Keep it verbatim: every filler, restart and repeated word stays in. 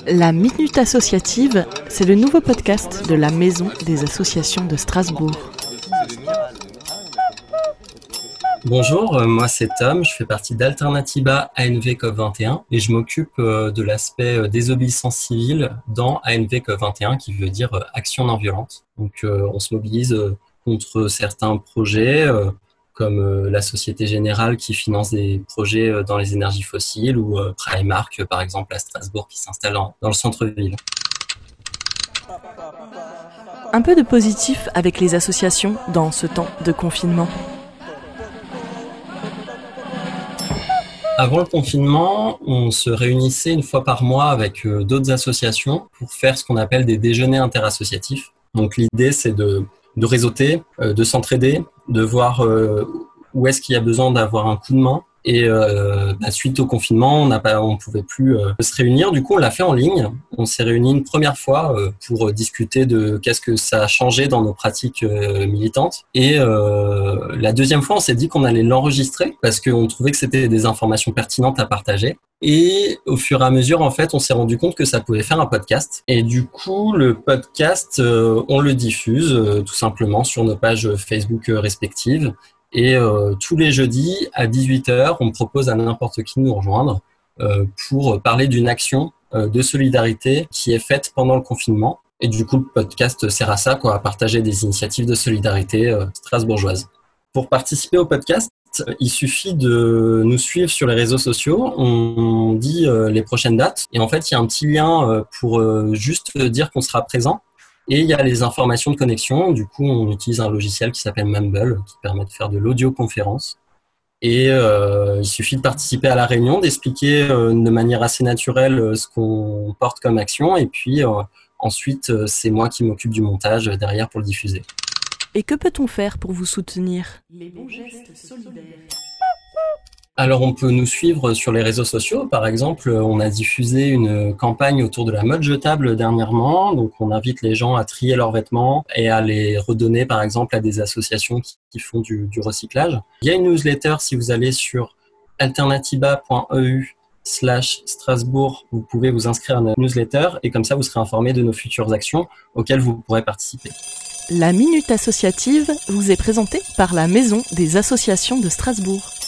La Minute Associative, c'est le nouveau podcast de la Maison des Associations de Strasbourg. Bonjour, moi c'est Tom, je fais partie d'Alternativa A N V COP vingt et un et je m'occupe de l'aspect désobéissance civile dans A N V COP vingt et un qui veut dire action non violente. Donc on se mobilise contre certains projets comme la Société Générale qui finance des projets dans les énergies fossiles ou Primark par exemple à Strasbourg qui s'installe dans le centre-ville. Un peu de positif avec les associations dans ce temps de confinement. Avant le confinement, on se réunissait une fois par mois avec euh, d'autres associations pour faire ce qu'on appelle des déjeuners interassociatifs. Donc l'idée, c'est de, de réseauter, euh, de s'entraider, de voir euh, où est-ce qu'il y a besoin d'avoir un coup de main. Et euh, bah, suite au confinement, on n'a pas, on pouvait plus euh, se réunir. Du coup, on l'a fait en ligne. On s'est réunis une première fois euh, pour discuter de qu'est-ce que ça a changé dans nos pratiques euh, militantes. Et euh, la deuxième fois, on s'est dit qu'on allait l'enregistrer parce qu'on trouvait que c'était des informations pertinentes à partager. Et au fur et à mesure, en fait, on s'est rendu compte que ça pouvait faire un podcast. Et du coup, le podcast, euh, on le diffuse euh, tout simplement sur nos pages Facebook euh, respectives. Et euh, tous les jeudis à dix-huit heures, on propose à n'importe qui de nous rejoindre euh, pour parler d'une action euh, de solidarité qui est faite pendant le confinement. Et du coup, le podcast sert à ça, quoi, à partager des initiatives de solidarité euh, strasbourgeoises. Pour participer au podcast, il suffit de nous suivre sur les réseaux sociaux. On dit euh, les prochaines dates. Et en fait, il y a un petit lien euh, pour euh, juste dire qu'on sera présent. Et il y a les informations de connexion. Du coup, on utilise un logiciel qui s'appelle Mumble, qui permet de faire de l'audioconférence. Et euh, il suffit de participer à la réunion, d'expliquer euh, de manière assez naturelle euh, ce qu'on porte comme action. Et puis euh, ensuite, euh, c'est moi qui m'occupe du montage euh, derrière pour le diffuser. Et que peut-on faire pour vous soutenir ? Les bons gestes solidaires. Alors, on peut nous suivre sur les réseaux sociaux. Par exemple, on a diffusé une campagne autour de la mode jetable dernièrement. Donc, on invite les gens à trier leurs vêtements et à les redonner, par exemple, à des associations qui, qui font du, du recyclage. Il y a une newsletter, si vous allez sur alternativa point e u slash Strasbourg, vous pouvez vous inscrire à notre newsletter et comme ça, vous serez informé de nos futures actions auxquelles vous pourrez participer. La Minute Associative vous est présentée par la Maison des Associations de Strasbourg.